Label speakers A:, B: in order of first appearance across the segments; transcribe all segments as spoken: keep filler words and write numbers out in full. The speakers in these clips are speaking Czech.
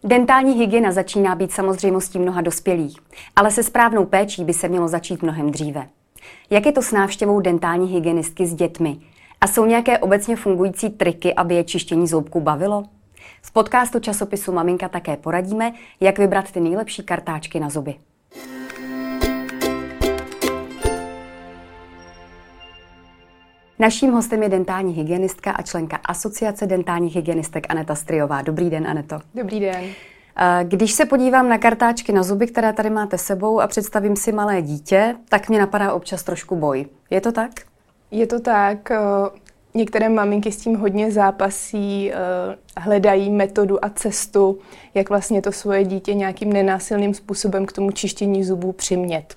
A: Dentální hygiena začíná být samozřejmostí mnoha dospělých, ale se správnou péčí by se mělo začít mnohem dříve. Jak je to s návštěvou dentální hygienistky s dětmi? A jsou nějaké obecně fungující triky, aby je čištění zoubků bavilo? V podcastu časopisu Maminka také poradíme, jak vybrat ty nejlepší kartáčky na zuby. Naším hostem je dentální hygienistka a členka Asociace dentálních hygienistek Aneta Stryjová. Dobrý den, Aneto.
B: Dobrý den.
A: Když se podívám na kartáčky na zuby, které tady máte sebou a představím si malé dítě, tak mě napadá občas trošku boj. Je to tak?
B: Je to tak. Některé maminky s tím hodně zápasí, hledají metodu a cestu, jak vlastně to svoje dítě nějakým nenásilným způsobem k tomu čištění zubů přimět.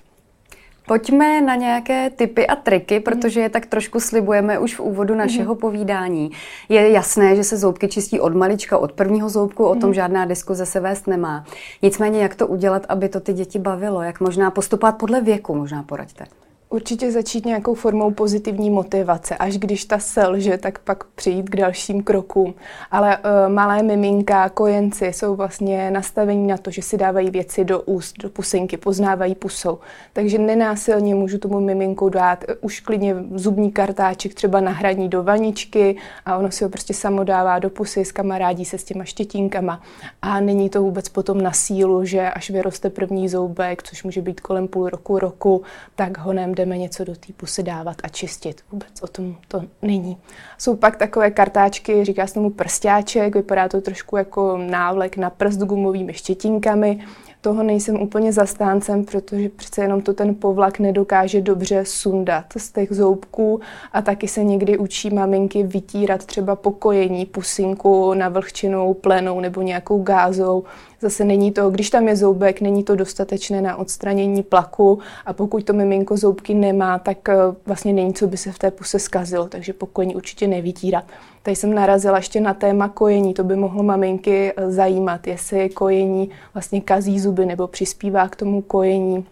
A: Pojďme na nějaké tipy a triky, protože je tak trošku slibujeme už v úvodu našeho mm. povídání. Je jasné, že se zoubky čistí od malička, od prvního zoubku, o tom mm. žádná diskuze se vést nemá. Nicméně, jak to udělat, aby to ty děti bavilo? Jak možná postupovat podle věku, možná poraďte.
B: Určitě začít nějakou formou pozitivní motivace. Až když ta selže, tak pak přijít k dalším krokům. Ale uh, malé miminka, kojenci jsou vlastně nastavení na to, že si dávají věci do úst, do pusinky, poznávají pusou. Takže nenásilně můžu tomu miminku dát uh, už klidně zubní kartáček třeba nahradní do vaničky a ono si ho prostě samo dává do pusy, skamarádí se s těma štětínkama. A není to vůbec potom na sílu, že až vyroste první zoubek, což může být kolem půl roku, roku, tak honem jdeme něco do té pusy dávat a čistit. Vůbec o tom to není. Jsou pak takové kartáčky, říká se tomu prstáček, vypadá to trošku jako návlek na prst gumovými štětínkami. Toho nejsem úplně zastáncem, protože přece jenom to ten povlak nedokáže dobře sundat z těch zoubků a taky se někdy učí maminky vytírat třeba po kojení pusinku navlhčenou plenou nebo nějakou gázou. Zase není to, když tam je zoubek, není to dostatečné na odstranění plaku a pokud to miminko zoubky nemá, tak vlastně není, co by se v té puse zkazilo, takže po kojení určitě nevytírat. Tady jsem narazila ještě na téma kojení, to by mohlo maminky zajímat, jestli kojení vlastně kazí zuby nebo přispívá k tomu kojení.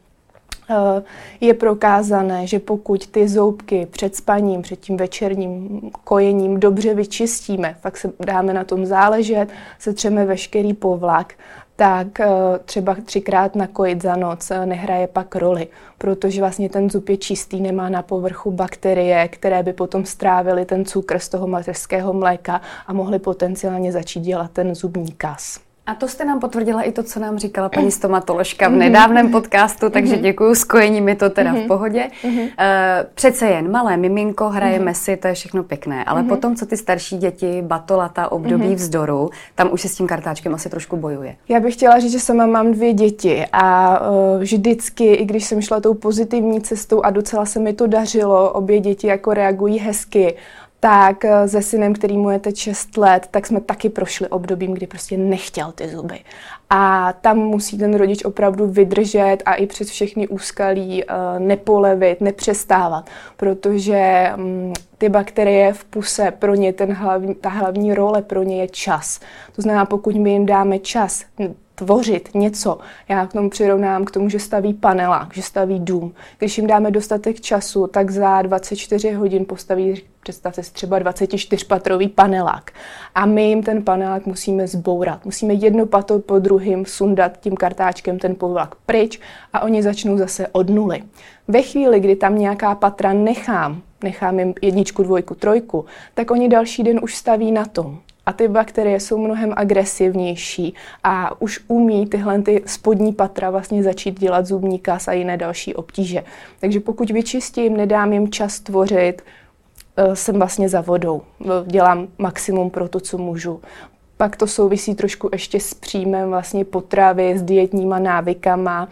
B: Je prokázané, že pokud ty zoubky před spaním, před tím večerním kojením dobře vyčistíme, fakt se dáme na tom záležet, setřeme veškerý povlak, tak třeba třikrát nakojit za noc nehraje pak roli, protože vlastně ten zub je čistý, nemá na povrchu bakterie, které by potom strávily ten cukr z toho mateřského mléka a mohly potenciálně začít dělat ten zubní kaz.
A: A to jste nám potvrdila i to, co nám říkala paní stomatoložka v nedávném podcastu, takže děkuju, s kojením je to teda v pohodě. Uh, přece jen malé miminko, hrajeme si, to je všechno pěkné, ale potom, co ty starší děti, batolata, období vzdoru, tam už se s tím kartáčkem asi trošku bojuje.
B: Já bych chtěla říct, že sama mám dvě děti a uh, vždycky, i když jsem šla tou pozitivní cestou a docela se mi to dařilo, obě děti jako reagují hezky, tak se synem, který mu je teď šest let, tak jsme taky prošli obdobím, kdy prostě nechtěl ty zuby. A tam musí ten rodič opravdu vydržet a i přes všechny úskalí nepolevit, nepřestávat, protože ty bakterie v puse, pro ně ten hlavní, ta hlavní role pro ně je čas. To znamená, pokud my jim dáme čas tvořit něco. Já k tomu přirovnám k tomu, že staví panelák, že staví dům. Když jim dáme dostatek času, tak za dvacet čtyři hodin postaví, představte si třeba dvacetičtyřpatrový panelák. A my jim ten panelák musíme zbourat. Musíme jedno pato po druhým sundat tím kartáčkem ten povlak pryč a oni začnou zase od nuly. Ve chvíli, kdy tam nějaká patra nechám, nechám jim jedničku, dvojku, trojku, tak oni další den už staví na tom. A ty bakterie jsou mnohem agresivnější a už umí tyhle ty spodní patra vlastně začít dělat zubní kaz a jiné další obtíže. Takže pokud vyčistím, nedám jim čas tvořit, jsem vlastně za vodou. Dělám maximum pro to, co můžu. Pak to souvisí trošku ještě s příjmem vlastně potravy, s dietníma návykama,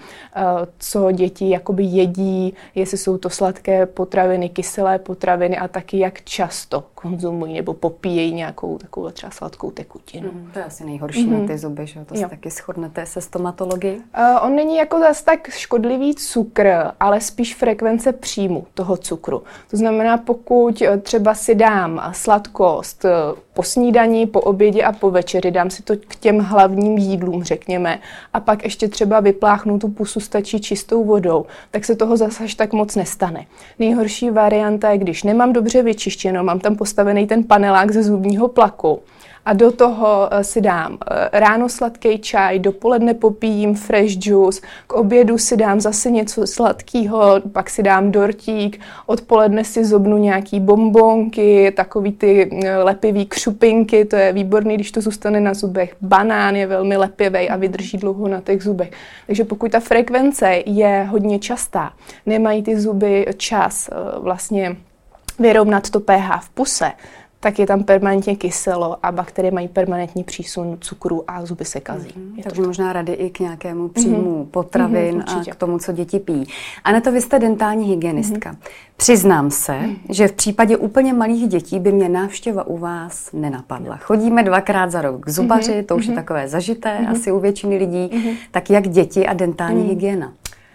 B: co děti jakoby jedí, jestli jsou to sladké potraviny, kyselé potraviny a taky jak často konzumují nebo popíjejí nějakou takovou třeba sladkou tekutinu.
A: Mm, to je asi nejhorší mm-hmm. na ty zuby, že to se taky shodnete se stomatology.
B: Uh, on není jako zase tak škodlivý cukr, ale spíš frekvence příjmu toho cukru. To znamená, pokud třeba si dám sladkost po snídani, po obědě a po večeři, dám si to k těm hlavním jídlům, řekněme, a pak ještě třeba vypláchnu tu pusu, stačí čistou vodou, tak se toho zase až tak moc nestane. Nejhorší varianta je, když nemám dobře vyčištěno, mám tam postavený ten panelák ze zubního plaku A do toho si dám ráno sladký čaj, dopoledne popijím fresh juice, k obědu si dám zase něco sladkého, pak si dám dortík, odpoledne si zobnu nějaký bonbonky, takový ty lepivý křupinky, to je výborný, když to zůstane na zubech. Banán je velmi lepivý a vydrží dlouho na těch zubech. Takže pokud ta frekvence je hodně častá, nemají ty zuby čas vlastně vyrovnat to pH v puse, tak je tam permanentně kyselo a bakterie mají permanentní přísun cukru a zuby se kazí.
A: Mm-hmm. Takže možná rady i k nějakému příjmu mm-hmm. potravin mm-hmm, a k tomu, co děti pijí. Aneto, vy jste dentální hygienistka. Mm-hmm. Přiznám se, mm-hmm. že v případě úplně malých dětí by mě návštěva u vás nenapadla. Chodíme dvakrát za rok k zubaři, mm-hmm. to už mm-hmm. je takové zažité mm-hmm. asi u většiny lidí. Mm-hmm. Tak jak děti a dentální mm-hmm. hygiena?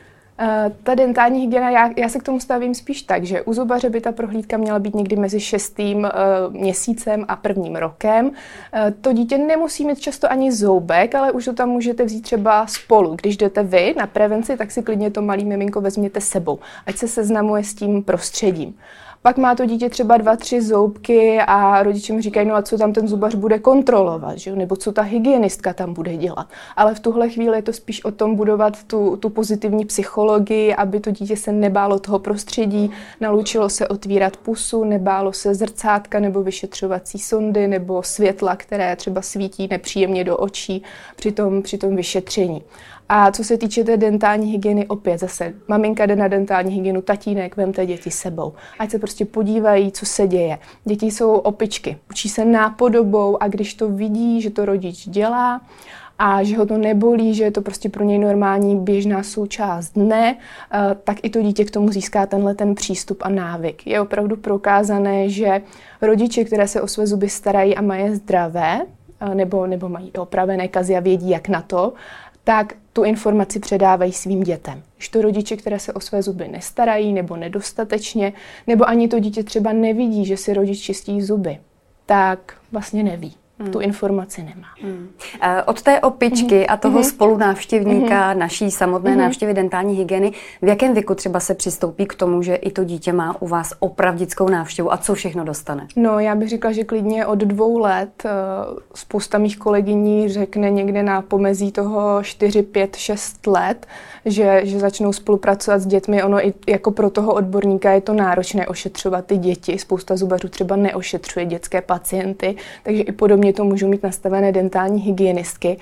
B: Uh, ta dentální hygiena, já, já se k tomu stavím spíš tak, že u zubaře by ta prohlídka měla být někdy mezi šestým uh, měsícem a prvním rokem. Uh, to dítě nemusí mít často ani zoubek, ale už to tam můžete vzít třeba spolu. Když jdete vy na prevenci, tak si klidně to malý miminko vezměte sebou, ať se seznamuje s tím prostředím. Pak má to dítě třeba dva, tři zoubky a rodiče mi říkají, no a co tam ten zubař bude kontrolovat, že? Nebo co ta hygienistka tam bude dělat. Ale v tuhle chvíli je to spíš o tom budovat tu, tu pozitivní psychologii, aby to dítě se nebálo toho prostředí, naučilo se otvírat pusu, nebálo se zrcátka nebo vyšetřovací sondy nebo světla, které třeba svítí nepříjemně do očí při tom, při tom vyšetření. A co se týče té dentální hygieny, opět zase, maminka jde na dentální hygienu, tatínek, vemte děti sebou. Ať se prostě podívají, co se děje. Děti jsou opičky, učí se nápodobou a když to vidí, že to rodič dělá a že ho to nebolí, že je to prostě pro něj normální běžná součást dne, tak i to dítě k tomu získá tenhle ten přístup a návyk. Je opravdu prokázané, že rodiče, které se o své zuby starají a mají je zdravé, nebo, nebo mají opravené kazy a vědí, jak na to, tak tu informaci předávají svým dětem. Když to rodiče, které se o své zuby nestarají nebo nedostatečně, nebo ani to dítě třeba nevidí, že si rodič čistí zuby, tak vlastně neví. Hmm. Tu informaci nemá.
A: Hmm. Od té opičky hmm. a toho hmm. spolunávštěvníka hmm. naší samotné hmm. návštěvy dentální hygieny, v jakém věku třeba se přistoupí k tomu, že i to dítě má u vás opravdickou návštěvu a co všechno dostane?
B: No, já bych řekla, že klidně od dvou let. Spousta mých kolegyní řekne někde na pomezí toho čtyři, pět, šest let, že, že začnou spolupracovat s dětmi. Ono i jako pro toho odborníka je to náročné ošetřovat ty děti. Spousta zubařů třeba neošetřuje dětské pacienty, takže i podobně to můžou mít nastavené dentální hygienistky,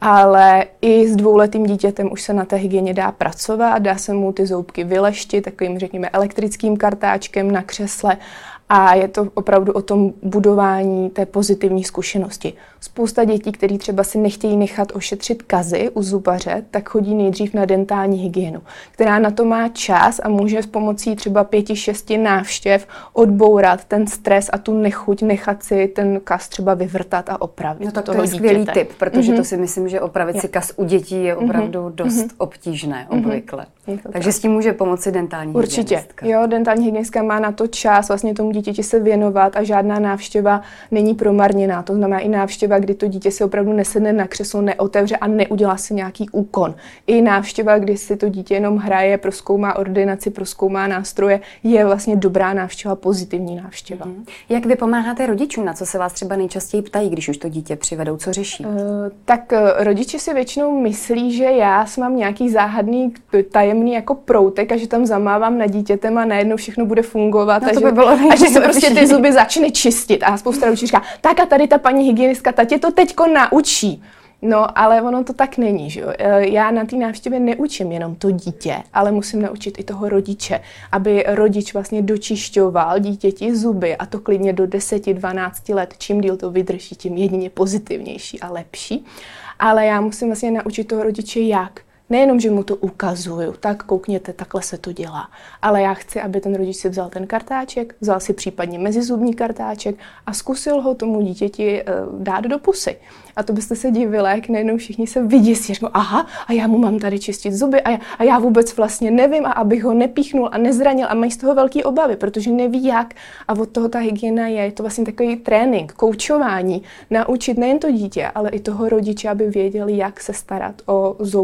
B: ale i s dvouletým dítětem už se na té hygieně dá pracovat, dá se mu ty zoubky vyleštit takovým, řekněme, elektrickým kartáčkem na křesle a je to opravdu o tom budování té pozitivní zkušenosti. Spousta dětí, které třeba si nechtějí nechat ošetřit kazy u zubaře, tak chodí nejdřív na dentální hygienu, která na to má čas a může s pomocí třeba pěti, šesti návštěv odbourat ten stres a tu nechuť nechat si ten kas třeba vyvrtat a opravit.
A: No tak
B: toho
A: to je skvělý
B: dítěte.
A: tip, protože mm-hmm. to si myslím, že opravit je. si kas u dětí je opravdu mm-hmm. dost mm-hmm. obtížné obvykle. Mm-hmm. Takže s tím může pomoci dentální hygienistka.
B: Určitě. Jo, dentální hygienistka má na to čas vlastně tomu dítěti se věnovat a žádná návštěva není promarněná. To znamená i návštěva, kdy to dítě si opravdu nesedne na křeslo, neotevře a neudělá si nějaký úkon. I návštěva, kdy si to dítě jenom hraje, prozkoumá ordinaci, prozkoumá nástroje, je vlastně dobrá návštěva, pozitivní návštěva.
A: Mm-hmm. Jak vy pomáháte rodičům? Na co se vás třeba nejčastěji ptají, když už to dítě přivedou? Co řeší?
B: Uh, tak uh, rodiče si většinou myslí, že já mám nějaký záhadný tajemný jako proutek a že tam zamávám na dítětem a najednou všechno bude fungovat
A: no,
B: a,
A: to
B: že,
A: by bylo
B: a že se prostě ty zuby začne čistit. A spousta rodičů říká, tak a tady ta paní hygienistka, ta tě to teďko naučí. No, ale ono to tak není, že jo. Já na té návštěvě neučím jenom to dítě, ale musím naučit i toho rodiče, aby rodič vlastně dočišťoval dítěti zuby a to klidně do deseti, dvanácti let. Čím díl to vydrží, tím jedině pozitivnější a lepší. Ale já musím vlastně naučit toho rodiče jak. Nejenom, že mu to ukazuju, tak koukněte, takhle se to dělá. Ale já chci, aby ten rodič si vzal ten kartáček, vzal si případně mezizubní kartáček a zkusil ho tomu dítěti uh, dát do pusy. A to byste se divili, jak najednou všichni se vyděsí. Řeknou, aha, a já mu mám tady čistit zuby a já, a já vůbec vlastně nevím, a abych ho nepíchnul a nezranil a mají z toho velký obavy, protože neví jak. A od toho ta hygiena je, je to vlastně takový trénink, koučování, naučit nejen to dítě, ale i toho rodiče, aby věděli, jak se starat o zoubky toho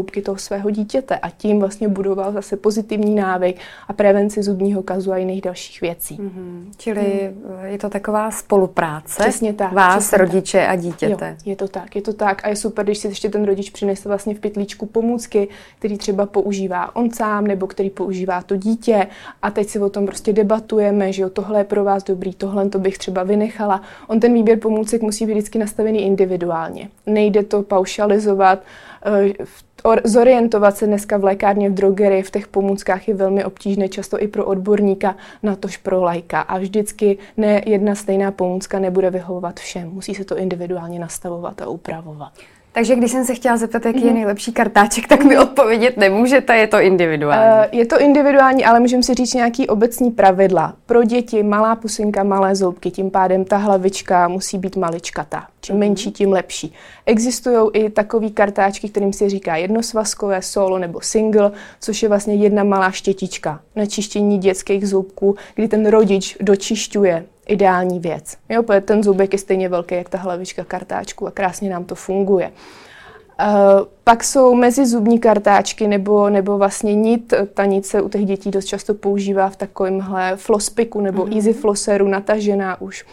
B: svého dítěte a tím vlastně budoval zase pozitivní návyk a prevenci zubního kazu a jiných dalších věcí.
A: Mm-hmm. Čili mm. je to taková spolupráce
B: přesně tak,
A: vás,
B: přesně
A: rodiče
B: tak.
A: a dítěte.
B: Jo, je to tak, je to tak a je super, když si ještě ten rodič přinese vlastně v pytlíčku pomůcky, který třeba používá on sám nebo který používá to dítě a teď si o tom prostě debatujeme, že jo, tohle je pro vás dobrý, tohle to bych třeba vynechala. On ten výběr pomůcek musí být vždycky nastavený individuálně. Nejde to paušalizovat, zorientovat se dneska v lékárně, v drogerii, v těch pomůckách je velmi obtížné, často i pro odborníka, natož pro laika. A vždycky ne jedna stejná pomůcka nebude vyhovovat všem. Musí se to individuálně nastavovat a upravovat.
A: Takže když jsem se chtěla zeptat, jaký je nejlepší kartáček, tak mi odpovědět nemůžete, je to individuální.
B: Uh, je to individuální, ale můžeme si říct nějaký obecní pravidla. Pro děti malá pusinka, malé zoubky, tím pádem ta hlavička musí být maličkatá. Čím menší, tím lepší. Existují i takový kartáčky, kterým se říká jednosvazkové, solo nebo single, což je vlastně jedna malá štětička na čištění dětských zoubků, kdy ten rodič dočišťuje. Ideální věc. Jo, protože ten zubek je stejně velký, jak ta hlavička kartáčku a krásně nám to funguje. Uh, pak jsou mezizubní kartáčky nebo, nebo vlastně nit. Ta nit se u těch dětí dost často používá v takovémhle flosspiku nebo mm-hmm. easy flosseru, natažená už.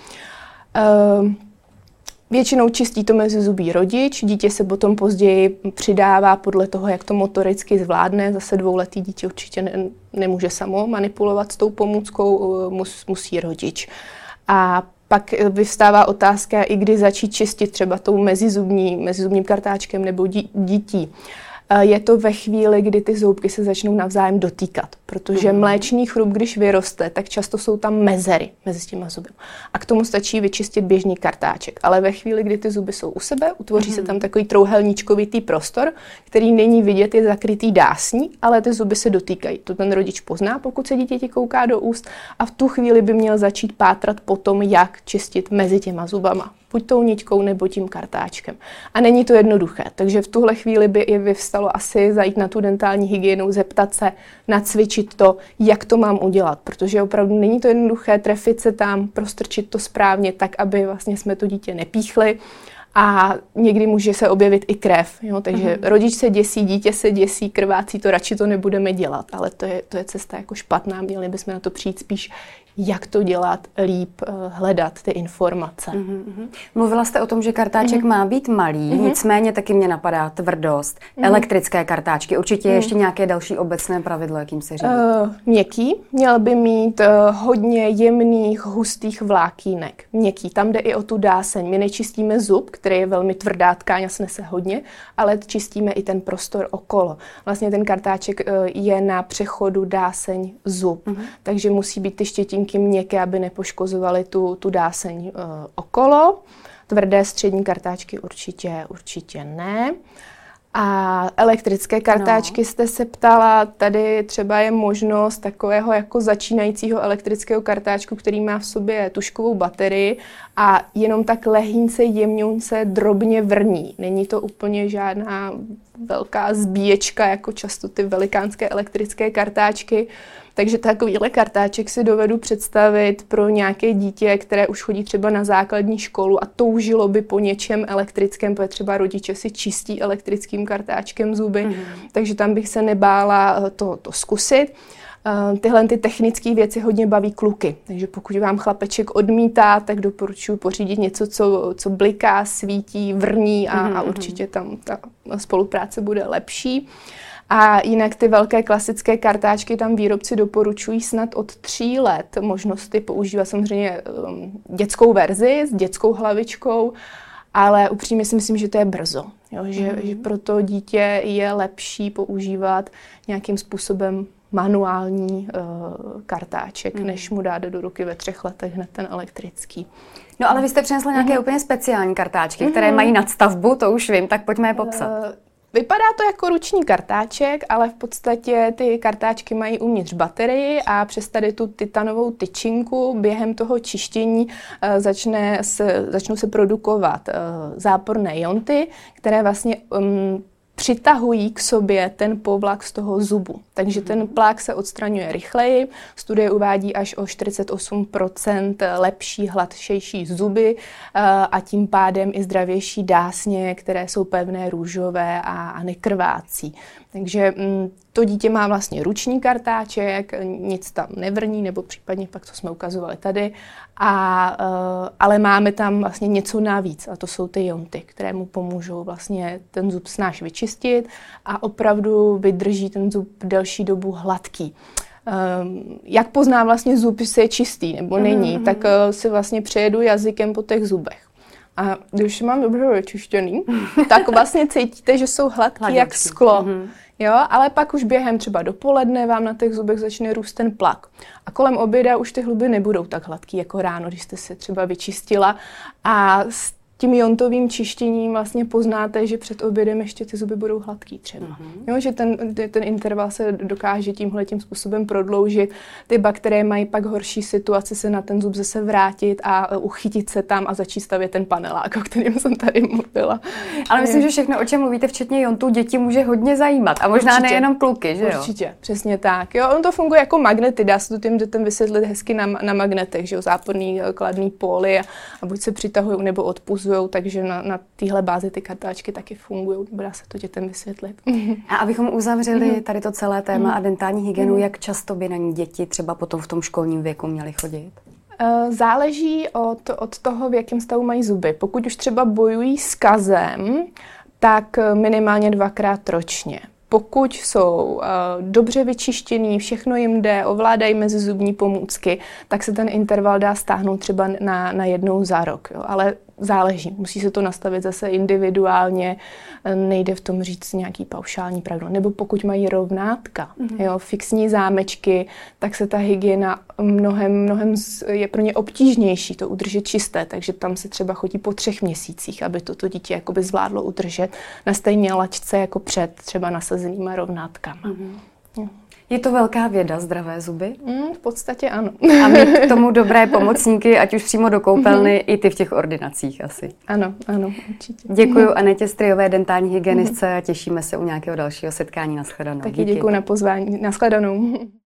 B: Uh, Většinou čistí to mezizubí rodič, dítě se potom později přidává podle toho, jak to motoricky zvládne. Zase dvouletý dítě určitě ne, nemůže samo manipulovat s tou pomůckou, mus, musí rodič. A pak vyvstává otázka, i kdy začít čistit třeba tou mezizubní, mezizubním kartáčkem nebo dí, dítí. Je to ve chvíli, kdy ty zoubky se začnou navzájem dotýkat, protože mm. mléčný chrup, když vyroste, tak často jsou tam mezery mezi těma zuby. A k tomu stačí vyčistit běžný kartáček. Ale ve chvíli, kdy ty zuby jsou u sebe, utvoří mm. se tam takový trouhelníčkovitý prostor, který není vidět, je zakrytý dásní, ale ty zuby se dotýkají. To ten rodič pozná, pokud se dítěti kouká do úst a v tu chvíli by měl začít pátrat po tom, jak čistit mezi těma zubama. Buď tou niťkou nebo tím kartáčkem. A není to jednoduché, takže v tuhle chvíli by i vyvstalo asi zajít na tu dentální hygienu, zeptat se, nacvičit to, jak to mám udělat, protože opravdu není to jednoduché trefit se tam, prostrčit to správně tak, aby vlastně jsme to dítě nepíchli. A někdy může se objevit i krev, jo? Takže uh-huh. rodič se děsí, dítě se děsí, krvácí, to radši to nebudeme dělat, ale to je, to je cesta jako špatná, měli bychom na to přijít spíš, jak to dělat, líp hledat ty informace.
A: Uh-huh. Mluvila jste o tom, že kartáček uh-huh. má být malý, uh-huh. nicméně taky mě napadá tvrdost, uh-huh. elektrické kartáčky, určitě uh-huh. ještě nějaké další obecné pravidlo, jakým se řídí. Uh,
B: měkký, měl by mít uh, hodně jemných, hustých vlákínek. Měkký, tam jde i o tu dáseň. My nečistíme zub, který je velmi tvrdá tkáň a snese hodně, ale čistíme i ten prostor okolo. Vlastně ten kartáček uh, je na přechodu dáseň zub, uh-huh. takže musí být ty štětinky měkké, aby nepoškozovaly tu, tu dáseň uh, okolo. Tvrdé střední kartáčky určitě, určitě ne. A elektrické kartáčky no. jste se ptala, tady třeba je možnost takového jako začínajícího elektrického kartáčku, který má v sobě tužkovou baterii a jenom tak lehínce, jemňounce, drobně vrní. Není to úplně žádná velká zbíječka, jako často ty velikánské elektrické kartáčky. Takže takovýhle kartáček si dovedu představit pro nějaké dítě, které už chodí třeba na základní školu a toužilo by po něčem elektrickém, protože třeba rodiče si čistí elektrickým kartáčkem zuby, mm. takže tam bych se nebála to, to zkusit. Uh, tyhle ty technické věci hodně baví kluky, takže pokud vám chlapeček odmítá, tak doporučuji pořídit něco, co, co bliká, svítí, vrní a, mm. a určitě tam ta spolupráce bude lepší. A jinak ty velké klasické kartáčky tam výrobci doporučují snad od tří let možnosti používat samozřejmě um, dětskou verzi s dětskou hlavičkou, ale upřímně si myslím, že to je brzo. Jo? Že, mm. že pro to dítě je lepší používat nějakým způsobem manuální uh, kartáček, mm. než mu dát do ruky ve třech letech hned ten elektrický.
A: No ale vy jste přinesla nějaké mm. úplně speciální kartáčky, mm. které mají nadstavbu, to už vím, tak pojďme je popsat. Uh,
B: Vypadá to jako ruční kartáček, ale v podstatě ty kartáčky mají uvnitř baterii a přes tady tu titanovou tyčinku během toho čištění uh, začne se, začnou se produkovat uh, záporné ionty, které vlastně um, přitahují k sobě ten povlak z toho zubu. Takže ten plák se odstraňuje rychleji. Studie uvádí až o čtyřicet osm procent lepší, hladšejší zuby a tím pádem i zdravější dásně, které jsou pevné, růžové a, a nekrvácí. Takže m, to dítě má vlastně ruční kartáček, nic tam nevrní, nebo případně pak, co jsme ukazovali tady, a, uh, ale máme tam vlastně něco navíc a to jsou ty jonty, které mu pomůžou vlastně ten zub snáš vyčistit a opravdu vydrží ten zub delší dobu hladký. Um, jak pozná vlastně zub, jestli je čistý nebo není, mm-hmm. tak uh, si vlastně přejedu jazykem po těch zubech. A když mám dobře vyčištěný, tak vlastně cítíte, že jsou hladký Hladovský. jak sklo. Mm-hmm. Jo, ale pak už během třeba dopoledne vám na těch zubech začne růst ten plak. A kolem oběda už ty hluby nebudou tak hladký jako ráno, když jste se třeba vyčistila. A s tím jontovým čištěním vlastně poznáte, že před obědem ještě ty zuby budou hladký třeba. Mm-hmm. Jo, že ten, ten interval se dokáže tímhletím způsobem prodloužit. Ty bakterie mají pak horší situaci se na ten zub zase vrátit a uchytit se tam a začít stavět ten panelák, o kterém jsem tady mluvila.
A: Ale myslím, že všechno, o čem mluvíte, včetně jontů, děti může hodně zajímat. A možná Určitě. nejenom kluky, že jo?
B: Určitě, přesně tak. Jo, on to funguje jako magnety, dá se to tím dětem vysvětlit hezky na, na magnetech, že jo, záporný kladný póly a, a buď se přitahují nebo odpuzují. Takže na, na téhle bázi ty kartáčky taky fungují. Dá se to dětem vysvětlit.
A: A abychom uzavřeli tady to celé téma a dentální hygienu, jak často by na ní děti třeba potom v tom školním věku měly chodit?
B: Záleží od, od toho, v jakém stavu mají zuby. Pokud už třeba bojují s kazem, tak minimálně dvakrát ročně. Pokud jsou uh, dobře vyčištěný, všechno jim jde, ovládají mezizubní pomůcky, tak se ten interval dá stáhnout třeba na, na jednou za rok. Jo. Ale záleží, musí se to nastavit zase individuálně, nejde v tom říct nějaký paušální pravidlo. Nebo pokud mají rovnátka, mm-hmm. jo, fixní zámečky, tak se ta hygiena mnohem, mnohem je pro ně obtížnější to udržet čisté, takže tam se třeba chodí po třech měsících, aby to, to dítě jakoby zvládlo udržet na stejné laťce jako před třeba nasazenýma rovnátkama. Mm-hmm. Jo.
A: Je to velká věda, zdravé zuby?
B: Mm, v podstatě ano.
A: A mít k tomu dobré pomocníky, ať už přímo do koupelny, mm. i ty v těch ordinacích asi.
B: Ano, ano, určitě.
A: Děkuji Anetě Stryjové, dentální hygienistce, a těšíme se u nějakého dalšího setkání. Nashledanou.
B: Taky děkuji na pozvání. Nashledanou.